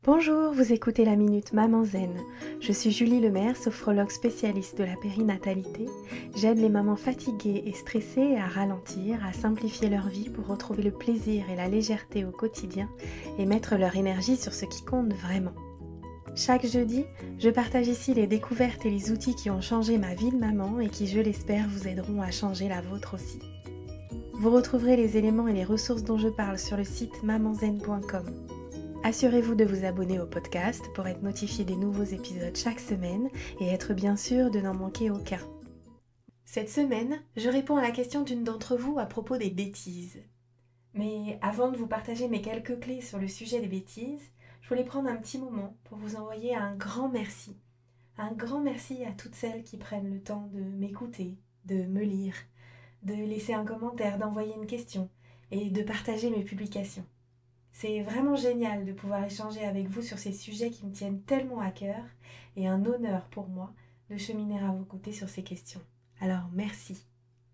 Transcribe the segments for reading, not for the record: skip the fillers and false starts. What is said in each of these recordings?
Bonjour, vous écoutez la Minute Maman Zen. Je suis Julie Lemaire, sophrologue spécialiste de la périnatalité. J'aide les mamans fatiguées et stressées à ralentir, à simplifier leur vie pour retrouver le plaisir et la légèreté au quotidien et mettre leur énergie sur ce qui compte vraiment. Chaque jeudi, je partage ici les découvertes et les outils qui ont changé ma vie de maman et qui, je l'espère, vous aideront à changer la vôtre aussi. Vous retrouverez les éléments et les ressources dont je parle sur le site mamanzen.com. Assurez-vous de vous abonner au podcast pour être notifié des nouveaux épisodes chaque semaine et être bien sûr de n'en manquer aucun. Cette semaine, je réponds à la question d'une d'entre vous à propos des bêtises. Mais avant de vous partager mes quelques clés sur le sujet des bêtises, je voulais prendre un petit moment pour vous envoyer un grand merci. Un grand merci à toutes celles qui prennent le temps de m'écouter, de me lire, de laisser un commentaire, d'envoyer une question et de partager mes publications. C'est vraiment génial de pouvoir échanger avec vous sur ces sujets qui me tiennent tellement à cœur et un honneur pour moi de cheminer à vos côtés sur ces questions. Alors merci.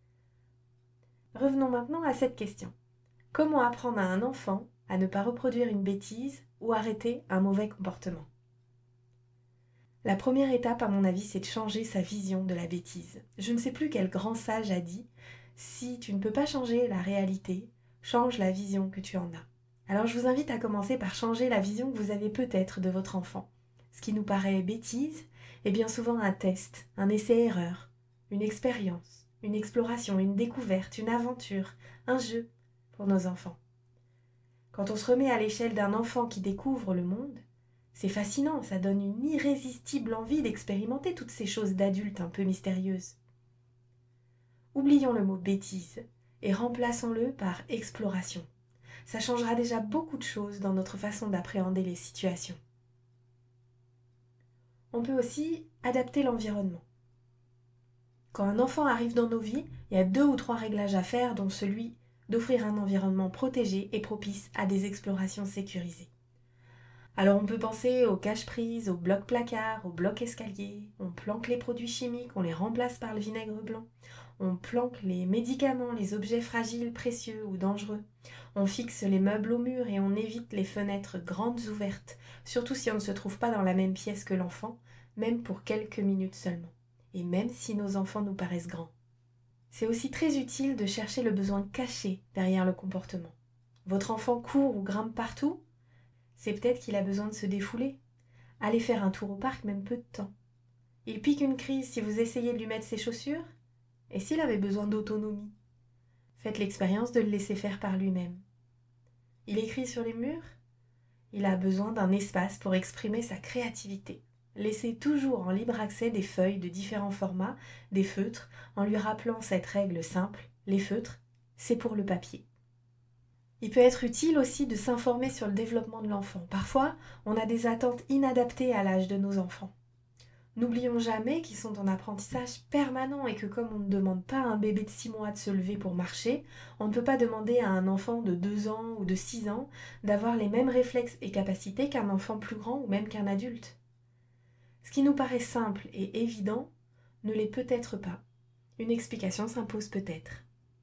Revenons maintenant à cette question. Comment apprendre à un enfant à ne pas reproduire une bêtise ou arrêter un mauvais comportement ? La première étape, à mon avis, c'est de changer sa vision de la bêtise. Je ne sais plus quel grand sage a dit « Si tu ne peux pas changer la réalité, change la vision que tu en as ». Alors je vous invite à commencer par changer la vision que vous avez peut-être de votre enfant. Ce qui nous paraît bêtise est bien souvent un test, un essai-erreur, une expérience, une exploration, une découverte, une aventure, un jeu pour nos enfants. Quand on se remet à l'échelle d'un enfant qui découvre le monde, c'est fascinant, ça donne une irrésistible envie d'expérimenter toutes ces choses d'adultes un peu mystérieuses. Oublions le mot bêtise et remplaçons-le par exploration. Ça changera déjà beaucoup de choses dans notre façon d'appréhender les situations. On peut aussi adapter l'environnement. Quand un enfant arrive dans nos vies, il y a 2 ou 3 réglages à faire, dont celui d'offrir un environnement protégé et propice à des explorations sécurisées. Alors on peut penser aux cache-prises, aux blocs-placards, aux blocs-escaliers, on planque les produits chimiques, on les remplace par le vinaigre blanc, on planque les médicaments, les objets fragiles, précieux ou dangereux, on fixe les meubles au mur et on évite les fenêtres grandes ouvertes, surtout si on ne se trouve pas dans la même pièce que l'enfant, même pour quelques minutes seulement, et même si nos enfants nous paraissent grands. C'est aussi très utile de chercher le besoin caché derrière le comportement. Votre enfant court ou grimpe partout ? C'est peut-être qu'il a besoin de se défouler. Allez faire un tour au parc, même peu de temps. Il pique une crise si vous essayez de lui mettre ses chaussures ? Et s'il avait besoin d'autonomie ? Faites l'expérience de le laisser faire par lui-même. Il écrit sur les murs ? Il a besoin d'un espace pour exprimer sa créativité. Laissez toujours en libre accès des feuilles de différents formats, des feutres, en lui rappelant cette règle simple, les feutres, c'est pour le papier. Il peut être utile aussi de s'informer sur le développement de l'enfant. Parfois, on a des attentes inadaptées à l'âge de nos enfants. N'oublions jamais qu'ils sont en apprentissage permanent et que comme on ne demande pas à un bébé de 6 mois de se lever pour marcher, on ne peut pas demander à un enfant de 2 ans ou de 6 ans d'avoir les mêmes réflexes et capacités qu'un enfant plus grand ou même qu'un adulte. Ce qui nous paraît simple et évident ne l'est peut-être pas. Une explication s'impose peut-être.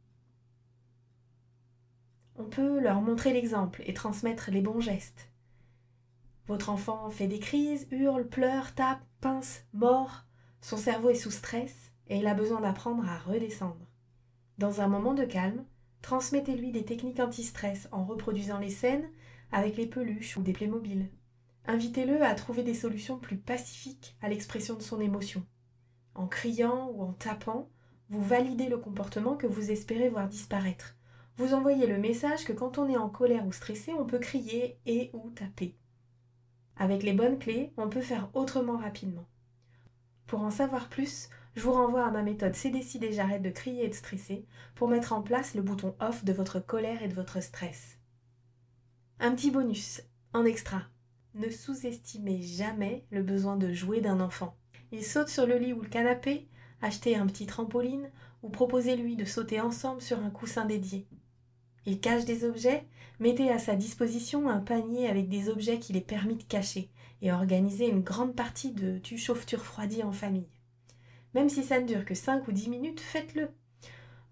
On peut leur montrer l'exemple et transmettre les bons gestes. Votre enfant fait des crises, hurle, pleure, tape, pince, mord. Son cerveau est sous stress et il a besoin d'apprendre à redescendre. Dans un moment de calme, transmettez-lui des techniques anti-stress en reproduisant les scènes avec les peluches ou des Playmobil. Invitez-le à trouver des solutions plus pacifiques à l'expression de son émotion. En criant ou en tapant, vous validez le comportement que vous espérez voir disparaître. Vous envoyez le message que quand on est en colère ou stressé, on peut crier et ou taper. Avec les bonnes clés, on peut faire autrement rapidement. Pour en savoir plus, je vous renvoie à ma méthode C'est décidé, j'arrête de crier et de stresser pour mettre en place le bouton off de votre colère et de votre stress. Un petit bonus, en extra. Ne sous-estimez jamais le besoin de jouer d'un enfant. Il saute sur le lit ou le canapé, achetez un petit trampoline ou proposez-lui de sauter ensemble sur un coussin dédié. Il cache des objets, mettez à sa disposition un panier avec des objets qu'il est permis de cacher et organisez une grande partie de tu chauffes tu refroidis en famille. Même si ça ne dure que 5 ou 10 minutes, faites-le.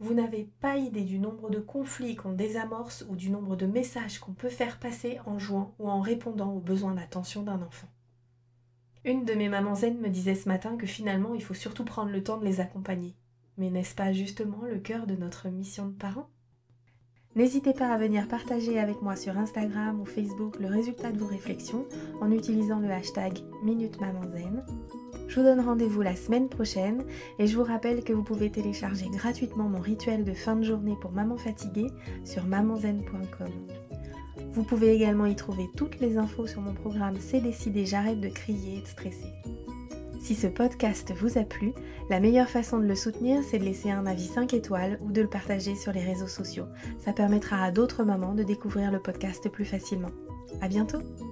vous n'avez pas idée du nombre de conflits qu'on désamorce ou du nombre de messages qu'on peut faire passer en jouant ou en répondant aux besoins d'attention d'un enfant. Une de mes mamans zen me disait ce matin que finalement il faut surtout prendre le temps de les accompagner. Mais n'est-ce pas justement le cœur de notre mission de parents ? N'hésitez pas à venir partager avec moi sur Instagram ou Facebook le résultat de vos réflexions en utilisant le hashtag #MinuteMamanZen. Je vous donne rendez-vous la semaine prochaine et je vous rappelle que vous pouvez télécharger gratuitement mon rituel de fin de journée pour maman fatiguée sur mamanzen.com. Vous pouvez également y trouver toutes les infos sur mon programme C'est décidé, j'arrête de crier et de stresser. Si ce podcast vous a plu, la meilleure façon de le soutenir, c'est de laisser un avis 5 étoiles ou de le partager sur les réseaux sociaux. Ça permettra à d'autres mamans de découvrir le podcast plus facilement. À bientôt!